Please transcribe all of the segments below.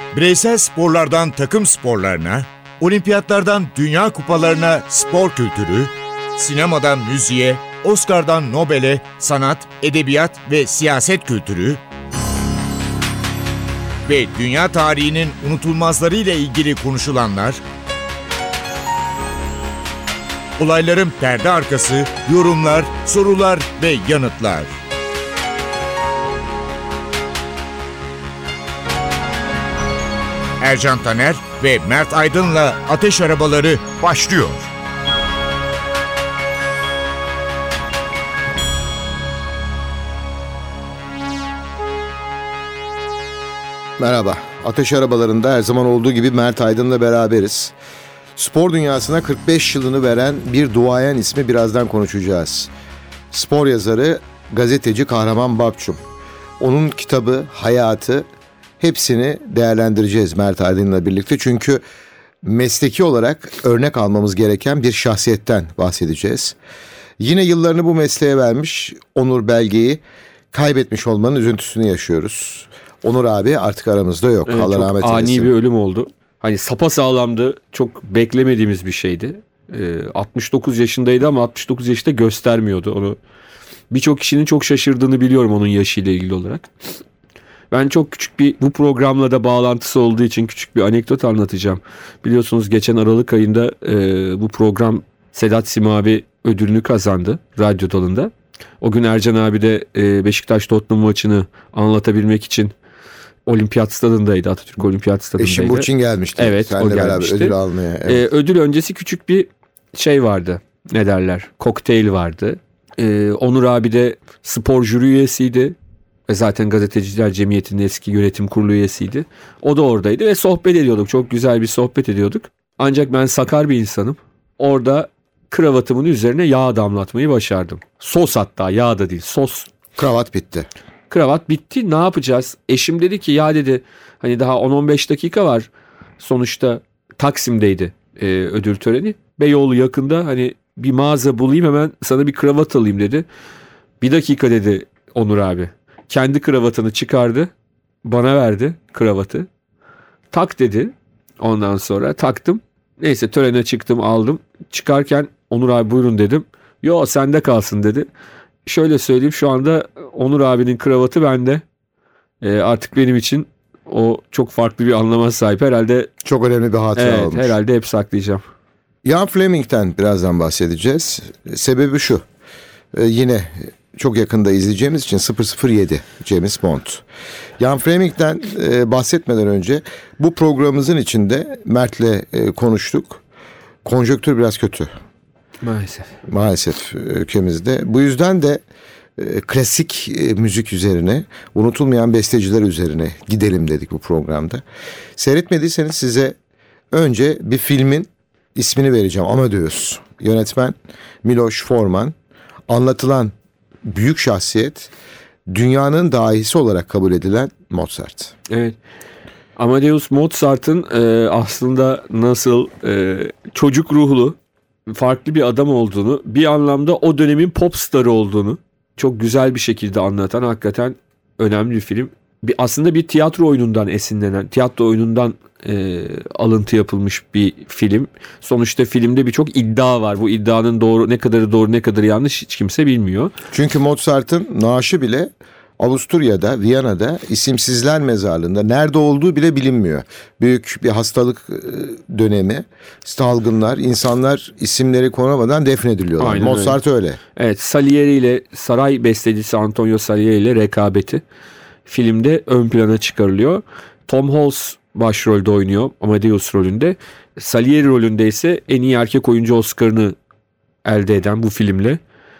Bireysel sporlardan takım sporlarına, olimpiyatlardan dünya kupalarına spor kültürü, sinemadan müziğe, Oscar'dan Nobel'e sanat, edebiyat ve siyaset kültürü ve dünya tarihinin unutulmazlarıyla ilgili konuşulanlar, olayların perde arkası, yorumlar, sorular ve yanıtlar. Ercan Taner ve Mert Aydın'la Ateş Arabaları başlıyor. Merhaba, Ateş Arabaları'nda her zaman olduğu gibi Mert Aydın'la beraberiz. Spor dünyasına 45 yılını veren bir duayen ismi birazdan konuşacağız. Spor yazarı, gazeteci Kahraman Babçum. Onun kitabı, hayatı, hepsini değerlendireceğiz Mert Aydın'la birlikte. Çünkü mesleki olarak örnek almamız gereken bir şahsiyetten bahsedeceğiz. Yine yıllarını bu mesleğe vermiş Onur Belge'yi kaybetmiş olmanın üzüntüsünü yaşıyoruz. Onur abi artık aramızda yok. Evet, Allah çok rahmet ani eylesin. bir ölüm oldu. Hani sapasağlamdı. Çok beklemediğimiz bir şeydi. 69 yaşındaydı ama 69 yaşta göstermiyordu onu. Birçok kişinin çok şaşırdığını biliyorum onun yaşıyla ilgili olarak. Ben çok küçük bu programla da bağlantısı olduğu için küçük bir anekdot anlatacağım. Biliyorsunuz geçen Aralık ayında bu program Sedat Simavi ödülünü kazandı radyo dalında. O gün Ercan abi de Beşiktaş-Tottenham maçını anlatabilmek için Olimpiyat Stadındaydı. Atatürk Olimpiyat Stadındaydı. Eşim Burçin gelmişti. Evet, Seninle o beraber gelmişti. ödül almaya. Evet. Ödül öncesi küçük bir şey vardı. Ne derler? Kokteyl vardı. Onur abi de spor jüri üyesiydi. Ve zaten Gazeteciler Cemiyeti'nin eski yönetim kurulu üyesiydi. O da oradaydı ve sohbet ediyorduk. Çok güzel bir sohbet ediyorduk. Ancak ben sakar bir insanım. Orada kravatımın üzerine yağ damlatmayı başardım. Sos, hatta yağ da değil, sos. Kravat bitti. Kravat bitti, ne yapacağız? Eşim dedi ki ya dedi, hani daha 10-15 dakika var. Sonuçta Taksim'deydi ödül töreni. Beyoğlu yakında, hani bir mağaza bulayım hemen sana bir kravat alayım dedi. Bir dakika dedi Onur abi. Kendi kravatını çıkardı. Bana verdi kravatı. Tak dedi. Ondan sonra taktım. Neyse törene çıktım, aldım. Çıkarken Onur abi buyurun dedim. Yo sende kalsın dedi. Şöyle söyleyeyim, şu anda Onur abinin kravatı bende. Artık benim için o çok farklı bir anlama sahip. Herhalde Çok önemli bir hatıra olmuş. herhalde hep saklayacağım. Ian Fleming'den birazdan bahsedeceğiz. Sebebi şu. Yine çok yakında izleyeceğimiz için 007 James Bond. Ian Fleming'den bahsetmeden önce bu programımızın içinde Mert'le konuştuk. Konjonktür biraz kötü. Maalesef ülkemizde. Bu yüzden de klasik müzik üzerine, unutulmayan besteciler üzerine gidelim dedik bu programda. Seyretmediyseniz size önce bir filmin ismini vereceğim. Amadeus. Yönetmen Miloš Forman. Anlatılan büyük şahsiyet, dünyanın dahisi olarak kabul edilen Mozart. Evet. Amadeus Mozart'ın aslında nasıl çocuk ruhlu, farklı bir adam olduğunu, bir anlamda o dönemin pop starı olduğunu çok güzel bir şekilde anlatan hakikaten önemli bir film. Aslında bir tiyatro oyunundan esinlenen, tiyatro oyunundan alıntı yapılmış bir film. Sonuçta filmde birçok iddia var. Bu iddianın ne kadarı doğru ne kadarı yanlış hiç kimse bilmiyor. Çünkü Mozart'ın naaşı bile Avusturya'da, Viyana'da isimsizler mezarlığında, nerede olduğu bile bilinmiyor. Büyük bir hastalık dönemi, salgınlar, insanlar isimleri konamadan defnediliyorlar. Aynen Mozart öyle. Evet, Salieri ile saray bestecisi Antonio Salieri ile rekabeti filmde ön plana çıkarılıyor. Tom Hanks başrolde oynuyor, Amadeus rolünde. Salieri rolünde ise en iyi erkek oyuncu Oscar'ını elde eden bu filmle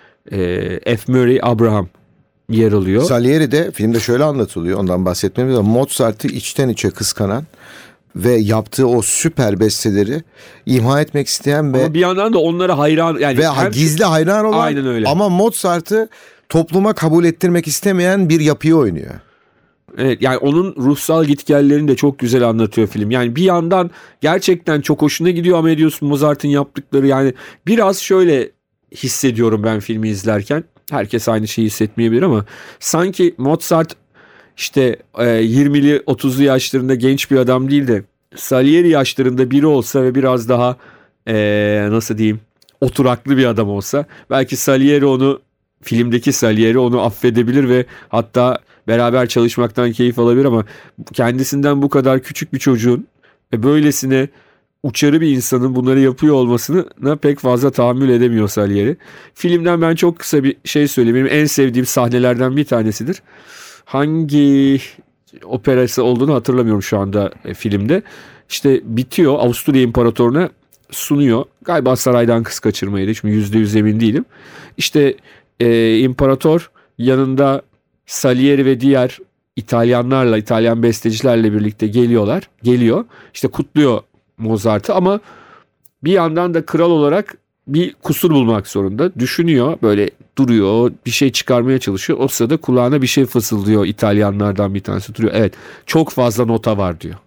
F. Murray Abraham yer alıyor. Salieri de filmde şöyle anlatılıyor, ondan bahsetmemiz lazım. Mozart'ı içten içe kıskanan ve yaptığı o süper besteleri imha etmek isteyen ve ama bir yandan da onlara hayran, yani ve gizli hayran olan, aynen öyle. Ama Mozart'ı topluma kabul ettirmek istemeyen bir yapıyı oynuyor. Evet, yani onun ruhsal gitgellerini de çok güzel anlatıyor film. Yani bir yandan gerçekten çok hoşuna gidiyor Amadeus Mozart'ın yaptıkları. Yani biraz şöyle hissediyorum ben filmi izlerken. Herkes aynı şeyi hissetmeyebilir ama sanki Mozart işte 20'li 30'lu yaşlarında genç bir adam değil de Salieri yaşlarında biri olsa ve biraz daha nasıl diyeyim, oturaklı bir adam olsa, belki filmdeki Salieri onu affedebilir ve hatta beraber çalışmaktan keyif alabilir, ama kendisinden bu kadar küçük bir çocuğun ve böylesine uçarı bir insanın bunları yapıyor olmasına pek fazla tahammül edemiyor Salieri. Filmden ben çok kısa bir şey söyleyeyim. Benim en sevdiğim sahnelerden bir tanesidir. Hangi operası olduğunu hatırlamıyorum şu anda filmde. İşte bitiyor, Avusturya İmparatoruna sunuyor. Galiba saraydan kız kaçırmaydı. Şimdi %100 emin değilim. İşte imparator yanında Salieri ve diğer İtalyan bestecilerle birlikte geliyor. İşte kutluyor Mozart'ı, ama bir yandan da kral olarak bir kusur bulmak zorunda. Düşünüyor, böyle duruyor, bir şey çıkarmaya çalışıyor. O sırada kulağına bir şey fısıldıyor İtalyanlardan bir tanesi, duruyor. Evet, çok fazla nota var diyor.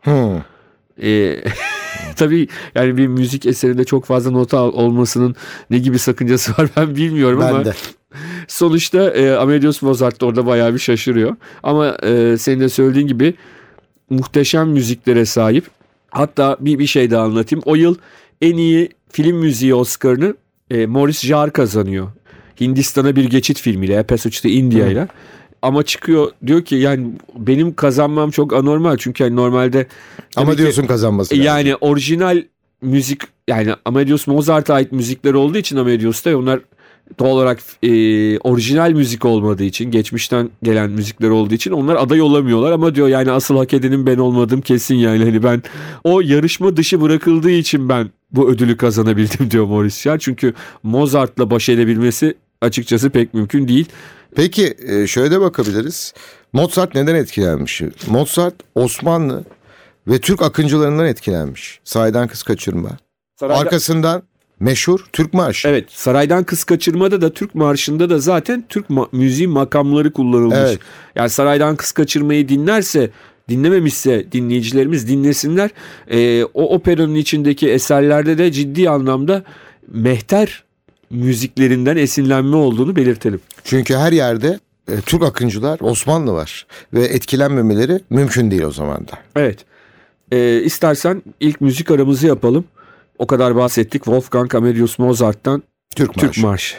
Tabii yani bir müzik eserinde çok fazla nota olmasının ne gibi sakıncası var ben bilmiyorum, ama sonuçta Amadeus Mozart da orada bayağı bir şaşırıyor. Ama senin de söylediğin gibi muhteşem müziklere sahip. Hatta bir şey daha anlatayım. O yıl en iyi film müziği Oscar'ını Maurice Jarre kazanıyor. Hindistan'a bir geçit filmiyle, A Passage to India ile. Ama çıkıyor diyor ki yani benim kazanmam çok anormal, çünkü yani normalde ama diyorsun kazanması lazım. Yani orijinal müzik, yani Amadeus Mozart'a ait müzikler olduğu için Amadeus'ta, onlar doğal olarak orijinal müzik olmadığı için, geçmişten gelen müzikler olduğu için onlar aday olamıyorlar, ama diyor yani asıl hak edenin ben olmadığım kesin, yani hani ben o yarışma dışı bırakıldığı için ben bu ödülü kazanabildim diyor Maurice Jarre. Çünkü Mozart'la baş edebilmesi açıkçası pek mümkün değil. Peki şöyle de bakabiliriz. Mozart neden etkilenmiş? Mozart Osmanlı ve Türk akıncılarından etkilenmiş. Saraydan Kız Kaçırma. Arkasından meşhur Türk Marşı. Evet, Saraydan Kız Kaçırma'da da Türk Marşı'nda da zaten Türk müziği makamları kullanılmış. Evet. Yani Saraydan Kız Kaçırma'yı dinlememişse dinleyicilerimiz dinlesinler. O operanın içindeki eserlerde de ciddi anlamda mehter müziklerinden esinlenme olduğunu belirtelim. Çünkü her yerde Türk akıncılar, Osmanlı var ve etkilenmemeleri mümkün değil o zaman da. Evet. İstersen ilk müzik aramızı yapalım. O kadar bahsettik Wolfgang Amadeus Mozart'tan Türk Marşı.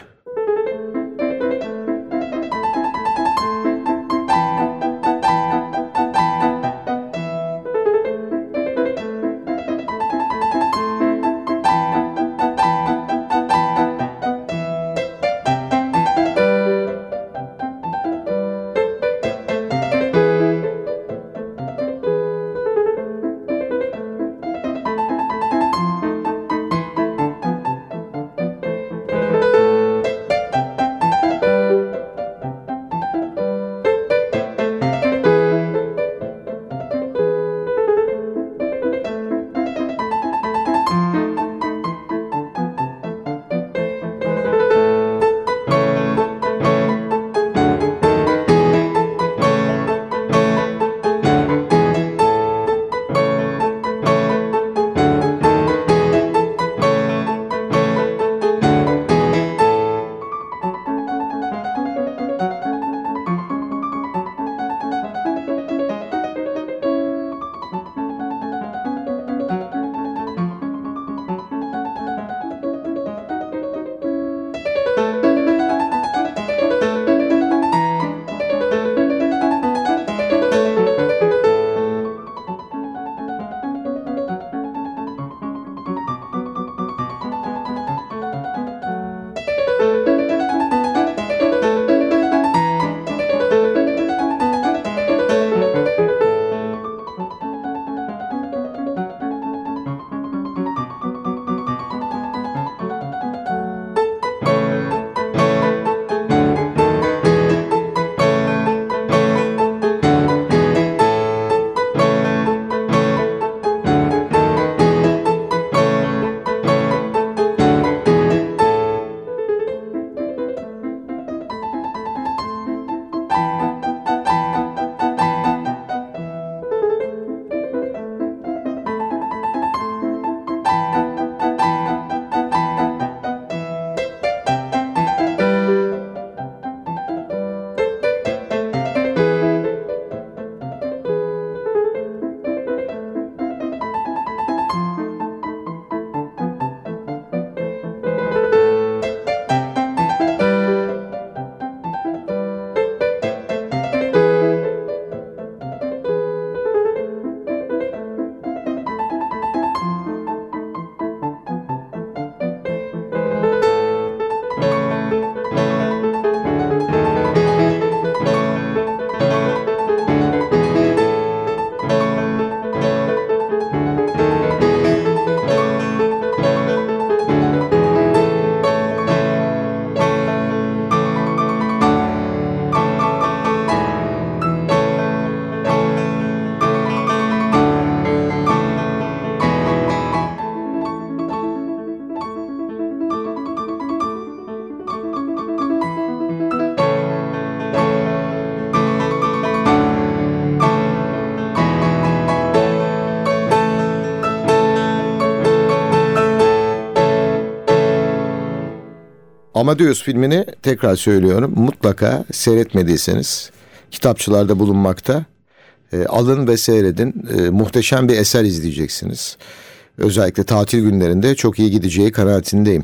Amadeus filmini tekrar söylüyorum. Mutlaka seyretmediyseniz kitapçılarda bulunmakta. Alın ve seyredin. Muhteşem bir eser izleyeceksiniz. Özellikle tatil günlerinde çok iyi gideceği kanaatindeyim.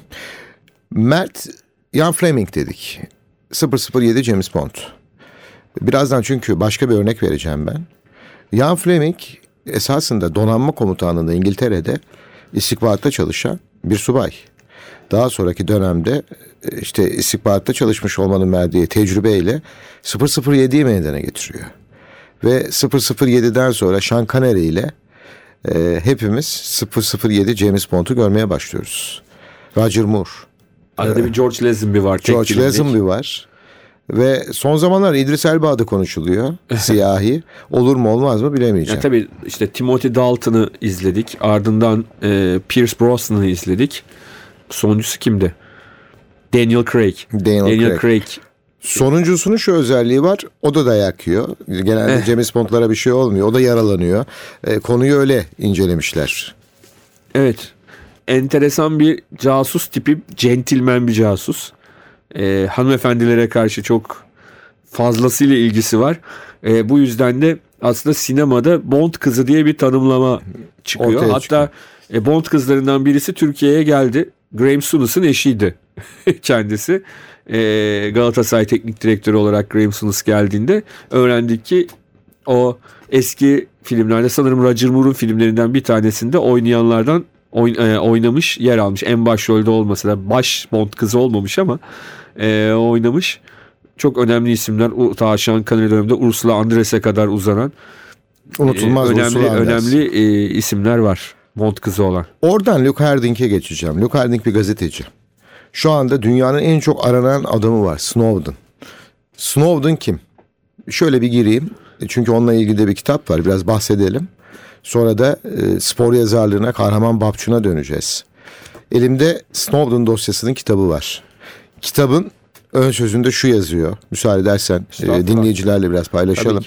Mert, Ian Fleming dedik. 007 James Bond. Birazdan çünkü başka bir örnek vereceğim ben. Ian Fleming esasında donanma komutanlığında İngiltere'de istihbaratta çalışan bir subay. Daha sonraki dönemde işte istihbaratta çalışmış olmanın verdiği tecrübeyle 007'yi meydana getiriyor. Ve 007'den sonra Sean Connery ile hepimiz 007 James Bond'u görmeye başlıyoruz. Roger Moore. Arada bir George Lazenby var. George Lazenby var. Ve son zamanlar İdris Elba da konuşuluyor. Siyahi. Olur mu olmaz mı bilemeyeceğim. Ya tabii işte Timothy Dalton'ı izledik. Ardından Pierce Brosnan'ı izledik. Sonuncusu kimdi? Daniel Craig. Daniel Craig. Sonuncusunun şu özelliği var. O da dayak yiyor. Genelde James Bond'lara bir şey olmuyor. O da yaralanıyor. Konuyu öyle incelemişler. Evet. Enteresan bir casus tipi. Centilmen bir casus. Hanımefendilere karşı çok fazlasıyla ilgisi var. Bu yüzden de aslında sinemada Bond kızı diye bir tanımlama çıkıyor. Ortaya Hatta Bond kızlarından birisi Türkiye'ye geldi. Graham Souness'ın eşiydi kendisi. Galatasaray Teknik Direktörü olarak Graham Souness geldiğinde öğrendik ki o eski filmlerde, sanırım Roger Moore'un filmlerinden bir tanesinde oynayanlardan oynamış, yer almış. En başrolde olmasa da baş Bond kızı olmamış ama oynamış. Çok önemli isimler. Ta Sean Connery döneminde Ursula Andress'e kadar uzanan unutulmaz önemli isimler var Bond kızı olan. Oradan Luke Harding'e geçeceğim. Luke Harding bir gazeteci. Şu anda dünyanın en çok aranan adamı var, Snowden. Snowden kim? Şöyle bir gireyim. Çünkü onunla ilgili de bir kitap var. Biraz bahsedelim. Sonra da spor yazarlığına, Kahraman Babçun'a döneceğiz. Elimde Snowden dosyasının kitabı var. Kitabın ön sözünde şu yazıyor. Müsaade edersen dinleyicilerle biraz paylaşalım.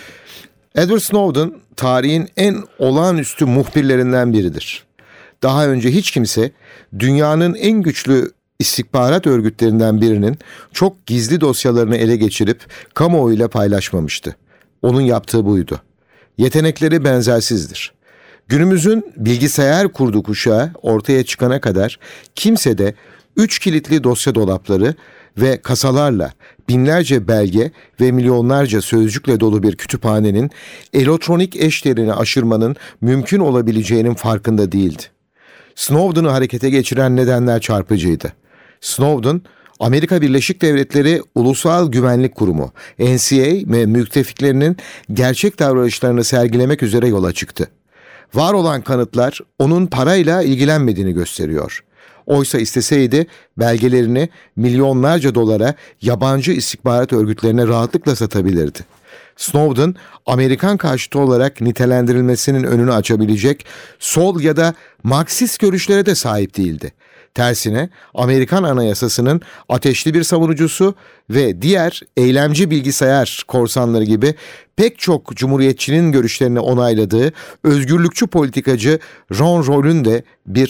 Edward Snowden tarihin en olağanüstü muhbirlerinden biridir. Daha önce hiç kimse dünyanın en güçlü istihbarat örgütlerinden birinin çok gizli dosyalarını ele geçirip kamuoyuyla paylaşmamıştı. Onun yaptığı buydu. Yetenekleri benzersizdir. Günümüzün bilgisayar kurdu kuşağı ortaya çıkana kadar kimse de 3 kilitli dosya dolapları ve kasalarla binlerce belge ve milyonlarca sözcükle dolu bir kütüphanenin elektronik eşlerini aşırmanın mümkün olabileceğinin farkında değildi. Snowden'ı harekete geçiren nedenler çarpıcıydı. Snowden, Amerika Birleşik Devletleri Ulusal Güvenlik Kurumu, NSA ve müttefiklerinin gerçek davranışlarını sergilemek üzere yola çıktı. Var olan kanıtlar onun parayla ilgilenmediğini gösteriyor. Oysa isteseydi belgelerini milyonlarca dolara yabancı istihbarat örgütlerine rahatlıkla satabilirdi. Snowden, Amerikan karşıtı olarak nitelendirilmesinin önünü açabilecek sol ya da Marksist görüşlere de sahip değildi. Tersine Amerikan Anayasası'nın ateşli bir savunucusu ve diğer eylemci bilgisayar korsanları gibi pek çok cumhuriyetçinin görüşlerini onayladığı özgürlükçü politikacı Ron Paul'un de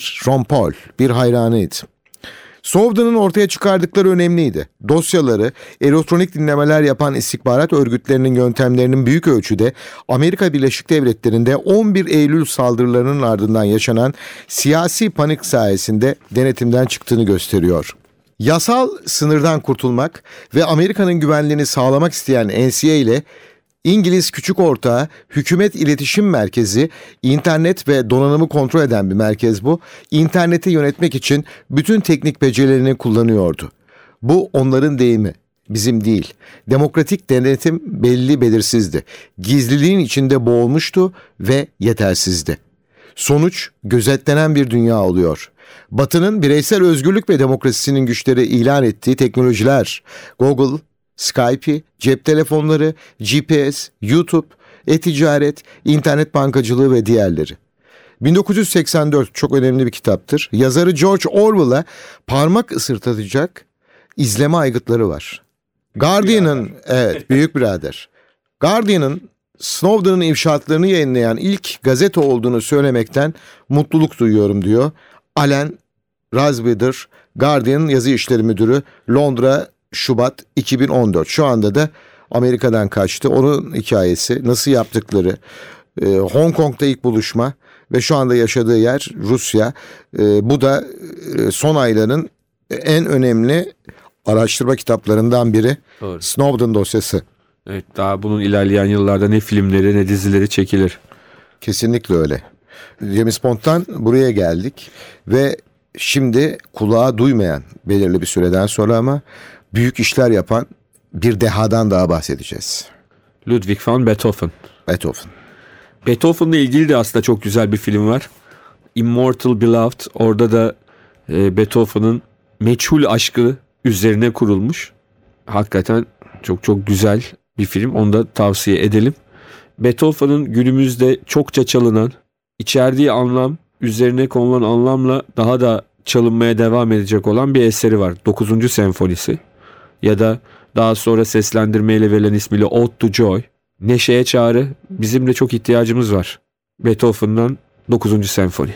bir hayranıydı. Snowden'ın ortaya çıkardıkları önemliydi. Dosyaları, elektronik dinlemeler yapan istihbarat örgütlerinin yöntemlerinin büyük ölçüde Amerika Birleşik Devletleri'nde 11 Eylül saldırılarının ardından yaşanan siyasi panik sayesinde denetimden çıktığını gösteriyor. Yasal sınırdan kurtulmak ve Amerika'nın güvenliğini sağlamak isteyen NSA ile İngiliz küçük ortağı Hükümet İletişim Merkezi, internet ve donanımı kontrol eden bir merkez bu. İnterneti yönetmek için bütün teknik becerilerini kullanıyordu. Bu onların deyimi, bizim değil. Demokratik denetim belirsizdi. Gizliliğin içinde boğulmuştu ve yetersizdi. Sonuç gözetlenen bir dünya oluyor. Batı'nın bireysel özgürlük ve demokrasisinin güçleri ilan ettiği teknolojiler, Google, Skype, cep telefonları, GPS, YouTube, e-ticaret, internet bankacılığı ve diğerleri. 1984 çok önemli bir kitaptır. Yazarı George Orwell'a parmak ısırtacak izleme aygıtları var. Guardian'ın, büyük birader. Guardian'ın Snowden'ın ifşaatlarını yayınlayan ilk gazete olduğunu söylemekten mutluluk duyuyorum diyor Alan Razbeder Guardian yazı işleri müdürü, Londra, Şubat 2014. Şu anda da Amerika'dan kaçtı. Onun hikayesi, nasıl yaptıkları, Hong Kong'da ilk buluşma ve şu anda yaşadığı yer Rusya. Bu da son ayların en önemli araştırma kitaplarından biri. Doğru. Snowden dosyası. Evet, daha bunun ilerleyen yıllarda ne filmleri ne dizileri çekilir. Kesinlikle öyle. James Bond'dan buraya geldik ve şimdi kulağa duymayan, belirli bir süreden sonra ama büyük işler yapan bir dehadan daha bahsedeceğiz. Ludwig van Beethoven. Beethoven'la ilgili de aslında çok güzel bir film var. Immortal Beloved. Orada da Beethoven'ın meçhul aşkı üzerine kurulmuş. Hakikaten çok çok güzel bir film. Onu da tavsiye edelim. Beethoven'ın günümüzde çokça çalınan, içerdiği anlam, üzerine konulan anlamla daha da çalınmaya devam edecek olan bir eseri var. 9. Senfonisi ya da daha sonra seslendirmeyle verilen ismiyle Ode to Joy. Neşeye çağrı, bizim de çok ihtiyacımız var. Beethoven'dan 9. Senfoni.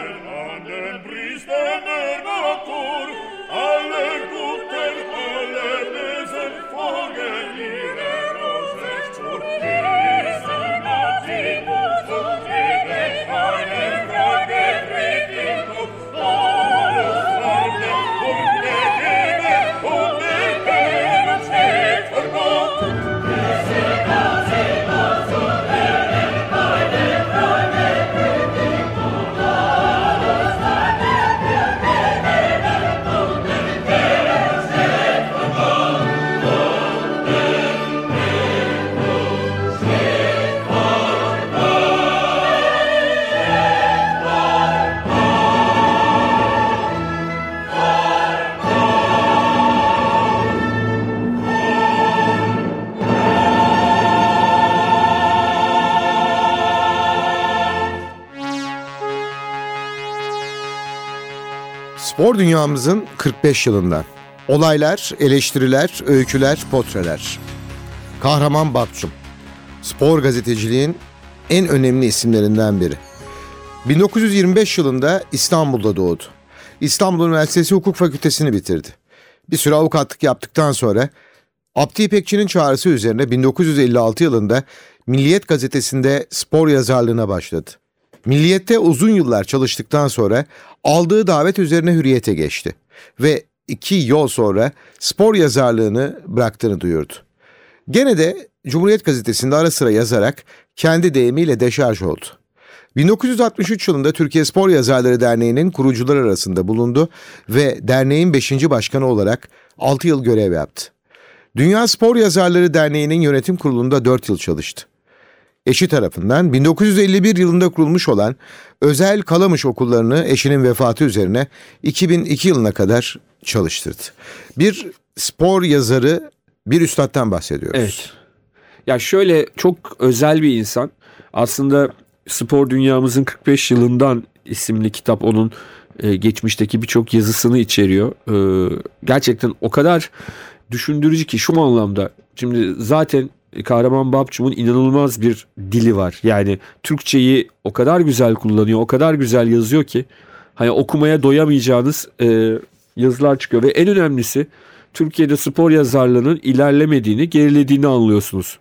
an den Priester Natur, alle guten, alle bösen Vogel ihre Rose zur Riesen ab Simus und Frieden, eine Freude trägt im Blut, alles Warme und gegeben und der Herr steht vor Gott. Spor dünyamızın 45 yılından. Olaylar, eleştiriler, öyküler, portreler. Kahraman Babçum. Spor gazeteciliğin en önemli isimlerinden biri. 1925 yılında İstanbul'da doğdu. İstanbul Üniversitesi Hukuk Fakültesini bitirdi. Bir süre avukatlık yaptıktan sonra Abdi İpekçi'nin çağrısı üzerine 1956 yılında Milliyet gazetesinde spor yazarlığına başladı. Milliyet'te uzun yıllar çalıştıktan sonra aldığı davet üzerine Hürriyet'e geçti ve 2 yıl sonra spor yazarlığını bıraktığını duyurdu. Gene de Cumhuriyet gazetesinde ara sıra yazarak kendi deyimiyle deşarj oldu. 1963 yılında Türkiye Spor Yazarları Derneği'nin kurucular arasında bulundu ve derneğin 5. başkanı olarak 6 yıl görev yaptı. Dünya Spor Yazarları Derneği'nin yönetim kurulunda 4 yıl çalıştı. Eşi tarafından 1951 yılında kurulmuş olan özel Kalamış okullarını eşinin vefatı üzerine 2002 yılına kadar çalıştırdı. Bir spor yazarı, bir üstattan bahsediyoruz. Evet. Ya şöyle, çok özel bir insan. Aslında Spor Dünyamızın 45 yılından isimli kitap onun geçmişteki birçok yazısını içeriyor. Gerçekten o kadar düşündürücü ki şu anlamda. Şimdi zaten Kahraman Babçum'un inanılmaz bir dili var. Yani Türkçeyi o kadar güzel kullanıyor, o kadar güzel yazıyor ki hani okumaya doyamayacağınız yazılar çıkıyor. Ve en önemlisi, Türkiye'de spor yazarlığının ilerlemediğini, gerilediğini anlıyorsunuz.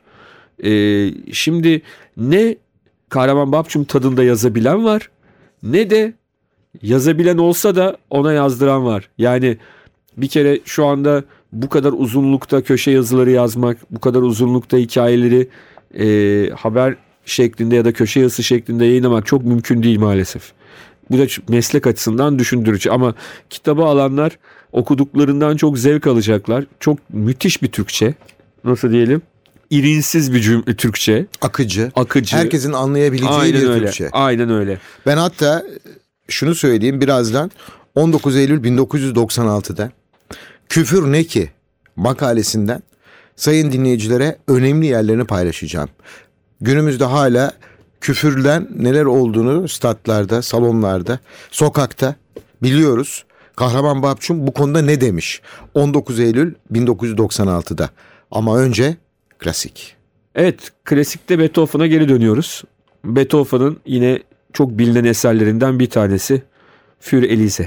Şimdi ne Kahraman Babçum tadında yazabilen var, ne de yazabilen olsa da ona yazdıran var. Yani bir kere şu anda bu kadar uzunlukta köşe yazıları yazmak, bu kadar uzunlukta hikayeleri haber şeklinde ya da köşe yazısı şeklinde yayınlamak çok mümkün değil maalesef. Bu da meslek açısından düşündürücü, ama kitabı alanlar okuduklarından çok zevk alacaklar. Çok müthiş bir Türkçe. Nasıl diyelim? İrinsiz bir Türkçe. Akıcı. Herkesin anlayabileceği aynen bir öyle. Türkçe. Aynen öyle. Ben hatta şunu söyleyeyim birazdan, 19 Eylül 1996'da Küfür Ne Ki makalesinden sayın dinleyicilere önemli yerlerini paylaşacağım. Günümüzde hala küfürden neler olduğunu statlarda, salonlarda, sokakta biliyoruz. Kahraman Babçum bu konuda ne demiş? 19 Eylül 1996'da. Ama önce klasik. Evet, klasikte Beethoven'a geri dönüyoruz. Beethoven'ın yine çok bilinen eserlerinden bir tanesi Für Elise.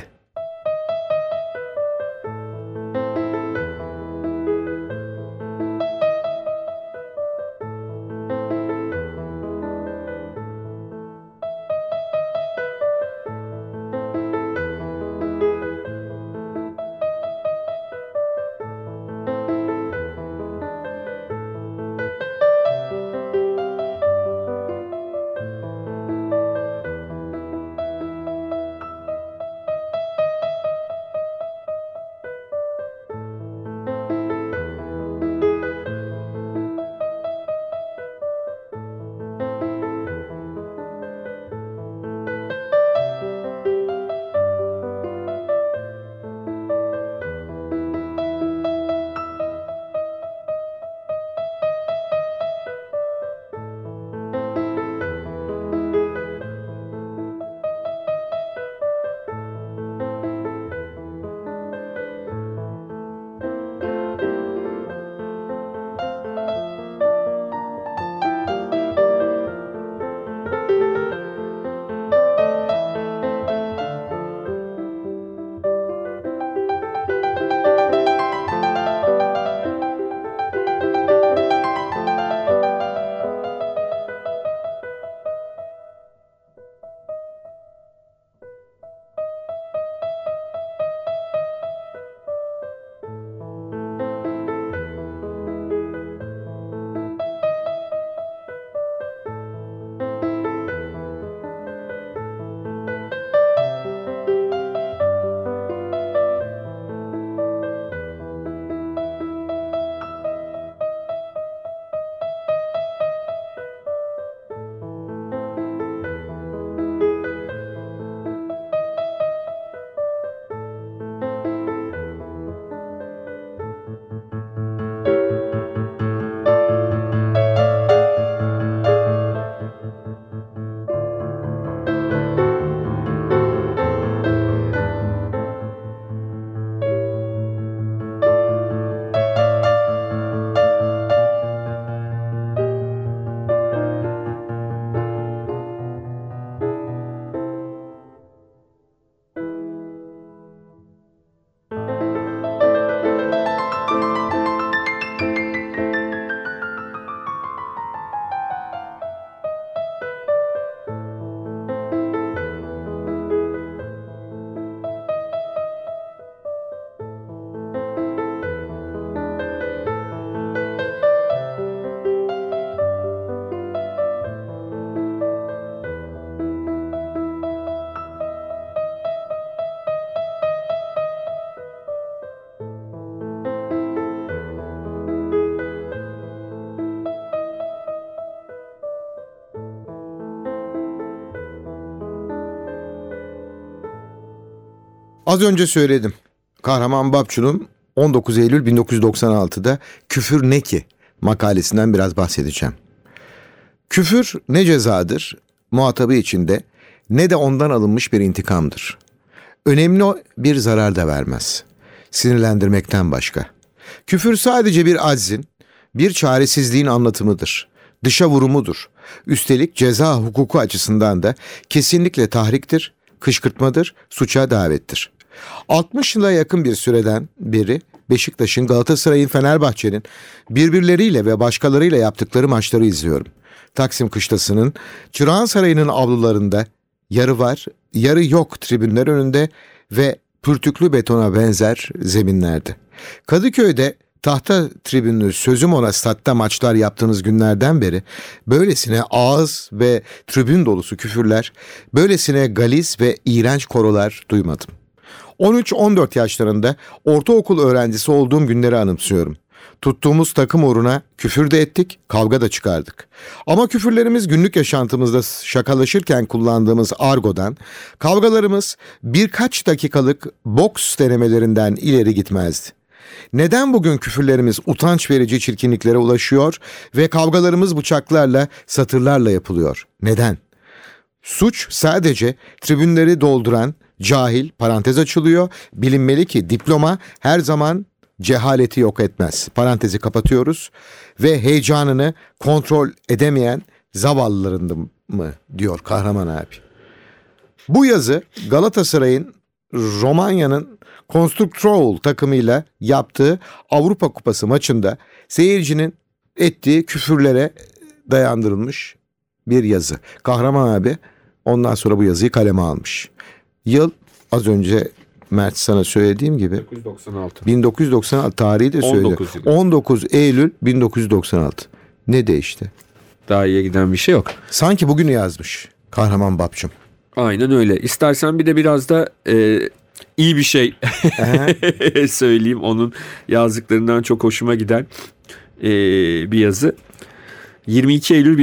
Az önce söyledim. Kahraman Babçu'nun 19 Eylül 1996'da Küfür Ne Ki makalesinden biraz bahsedeceğim. Küfür ne cezadır muhatabı içinde ne de ondan alınmış bir intikamdır. Önemli bir zarar da vermez. Sinirlendirmekten başka. Küfür sadece bir aczin, bir çaresizliğin anlatımıdır. Dışa vurumudur. Üstelik ceza hukuku açısından da kesinlikle tahriktir, kışkırtmadır, suça davettir. 60 yıla yakın bir süreden beri Beşiktaş'ın, Galatasaray'ın, Fenerbahçe'nin birbirleriyle ve başkalarıyla yaptıkları maçları izliyorum. Taksim Kışlası'nın, Çırağan Sarayı'nın avlularında yarı var, yarı yok tribünler önünde ve pürtüklü betona benzer zeminlerde. Kadıköy'de tahta tribünlü sözüm ona statta maçlar yaptığınız günlerden beri böylesine ağız ve tribün dolusu küfürler, böylesine galiz ve iğrenç korolar duymadım. 13-14 yaşlarında ortaokul öğrencisi olduğum günleri anımsıyorum. Tuttuğumuz takım uğruna küfür de ettik, kavga da çıkardık. Ama küfürlerimiz günlük yaşantımızda şakalaşırken kullandığımız argodan, kavgalarımız birkaç dakikalık boks denemelerinden ileri gitmezdi. Neden bugün küfürlerimiz utanç verici çirkinliklere ulaşıyor ve kavgalarımız bıçaklarla, satırlarla yapılıyor? Neden? Suç sadece tribünleri dolduran cahil, parantez açılıyor, bilinmeli ki diploma her zaman cehaleti yok etmez. Parantezi kapatıyoruz ve heyecanını kontrol edemeyen zavallıların mı diyor Kahraman abi. Bu yazı Galatasaray'ın Romanya'nın Konstruktrol takımıyla yaptığı Avrupa Kupası maçında seyircinin ettiği küfürlere dayandırılmış bir yazı. Kahraman abi ondan sonra bu yazıyı kaleme almış. Yıl az önce Mert sana söylediğim gibi 1996 tarihi de söyledi. 19 Eylül 1996. Ne değişti? Daha iyiye giden bir şey yok. Sanki bugün yazmış Kahraman Babçum. Aynen öyle. İstersen bir de biraz da iyi bir şey söyleyeyim. Onun yazdıklarından çok hoşuma giden bir yazı. 22 Eylül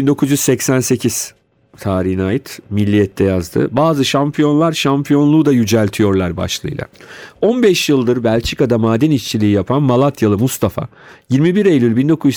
1988 tarihine ait Milliyet'te yazdı. Bazı şampiyonlar şampiyonluğu da yüceltiyorlar başlığıyla. 15 yıldır Belçika'da maden işçiliği yapan Malatyalı Mustafa 21 Eylül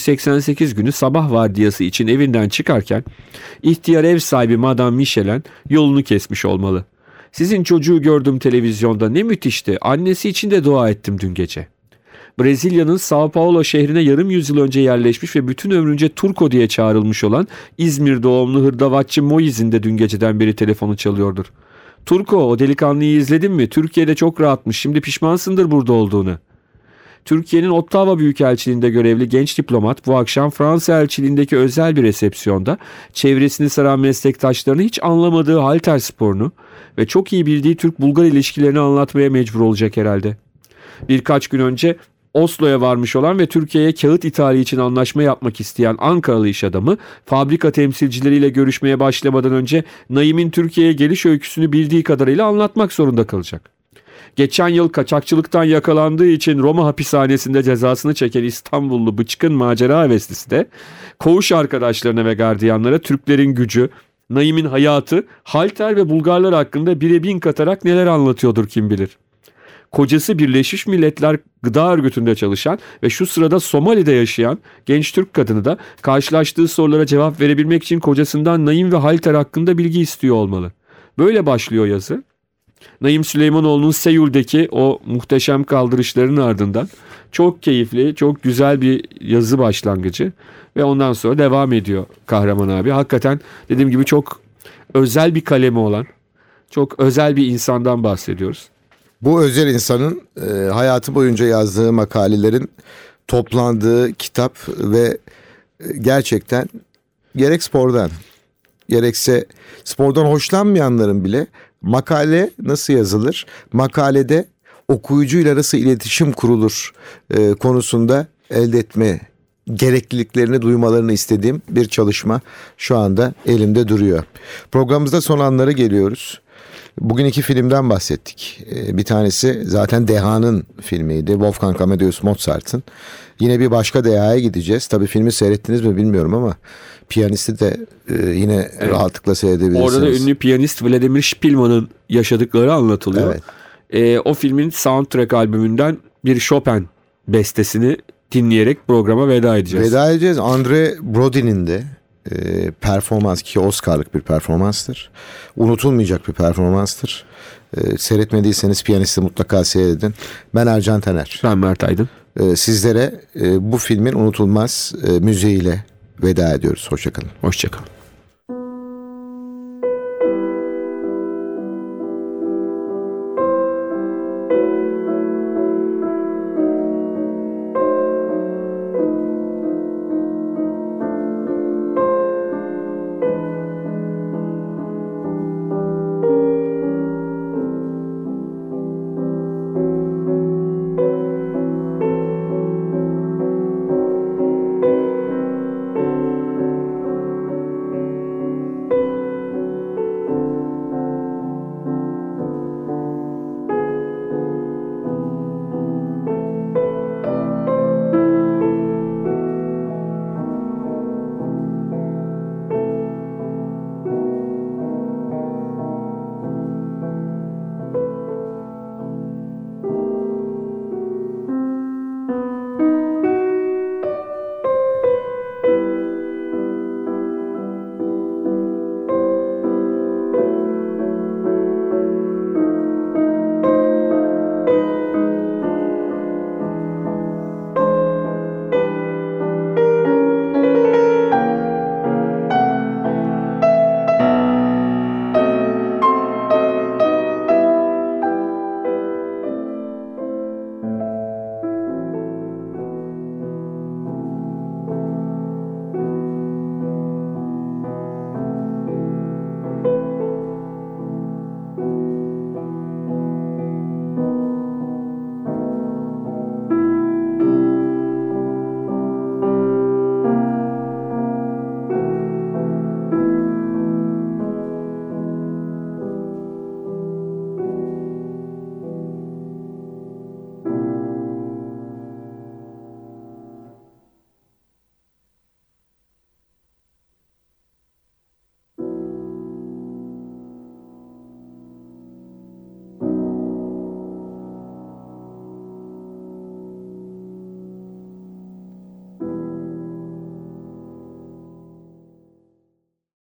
1988 günü sabah vardiyası için evinden çıkarken ihtiyar ev sahibi Madame Michelin yolunu kesmiş olmalı. Sizin çocuğu gördüm televizyonda, ne müthişti. Annesi için de dua ettim dün gece. Brezilya'nın São Paulo şehrine yarım yüzyıl önce yerleşmiş ve bütün ömrünce Turco diye çağrılmış olan İzmir doğumlu hırdavatçı Moiz'in de dün geceden beri telefonu çalıyordur. Turco, o delikanlıyı izledin mi? Türkiye'de çok rahatmış. Şimdi pişmansındır burada olduğunu. Türkiye'nin Ottawa Büyükelçiliğinde görevli genç diplomat bu akşam Fransa elçiliğindeki özel bir resepsiyonda çevresini saran meslektaşlarını hiç anlamadığı halter sporunu ve çok iyi bildiği Türk-Bulgar ilişkilerini anlatmaya mecbur olacak herhalde. Birkaç gün önce Oslo'ya varmış olan ve Türkiye'ye kağıt ithali için anlaşma yapmak isteyen Ankaralı iş adamı fabrika temsilcileriyle görüşmeye başlamadan önce Naim'in Türkiye'ye geliş öyküsünü bildiği kadarıyla anlatmak zorunda kalacak. Geçen yıl kaçakçılıktan yakalandığı için Roma hapishanesinde cezasını çeken İstanbullu bıçkın macera heveslisi de koğuş arkadaşlarına ve gardiyanlara Türklerin gücü, Naim'in hayatı, halter ve Bulgarlar hakkında bire bin katarak neler anlatıyordur kim bilir. Kocası Birleşmiş Milletler Gıda Örgütü'nde çalışan ve şu sırada Somali'de yaşayan genç Türk kadını da karşılaştığı sorulara cevap verebilmek için kocasından Naim ve halter hakkında bilgi istiyor olmalı. Böyle başlıyor yazı. Naim Süleymanoğlu'nun Seul'deki o muhteşem kaldırışların ardından çok keyifli, çok güzel bir yazı başlangıcı ve ondan sonra devam ediyor Kahraman abi. Hakikaten dediğim gibi çok özel bir kalemi olan, çok özel bir insandan bahsediyoruz. Bu özel insanın hayatı boyunca yazdığı makalelerin toplandığı kitap ve gerçekten gerek spordan gerekse spordan hoşlanmayanların bile makale nasıl yazılır, makalede okuyucuyla nasıl iletişim kurulur konusunda elde etme gerekliliklerini duymalarını istediğim bir çalışma şu anda elimde duruyor. Programımızda son anlara geliyoruz. Bugün iki filmden bahsettik. Bir tanesi zaten Deha'nın filmiydi. Wolfgang Amadeus Mozart'ın. Yine bir başka Deha'ya gideceğiz. Tabii filmi seyrettiniz mi bilmiyorum ama piyanisti de yine rahatlıkla seyredebilirsiniz. Orada da ünlü piyanist Vladimir Szpilman'ın yaşadıkları anlatılıyor. Evet. O filmin soundtrack albümünden bir Chopin bestesini dinleyerek programa veda edeceğiz. Veda edeceğiz. Andre Brody'nin de performans, ki Oscar'lık bir performanstır. Unutulmayacak bir performanstır. Seyretmediyseniz Piyanist'i mutlaka seyredin. Ben Ercan Taner. Ben Mert Aydın. Sizlere bu filmin unutulmaz müziğiyle veda ediyoruz. Hoşçakalın. Hoşçakalın.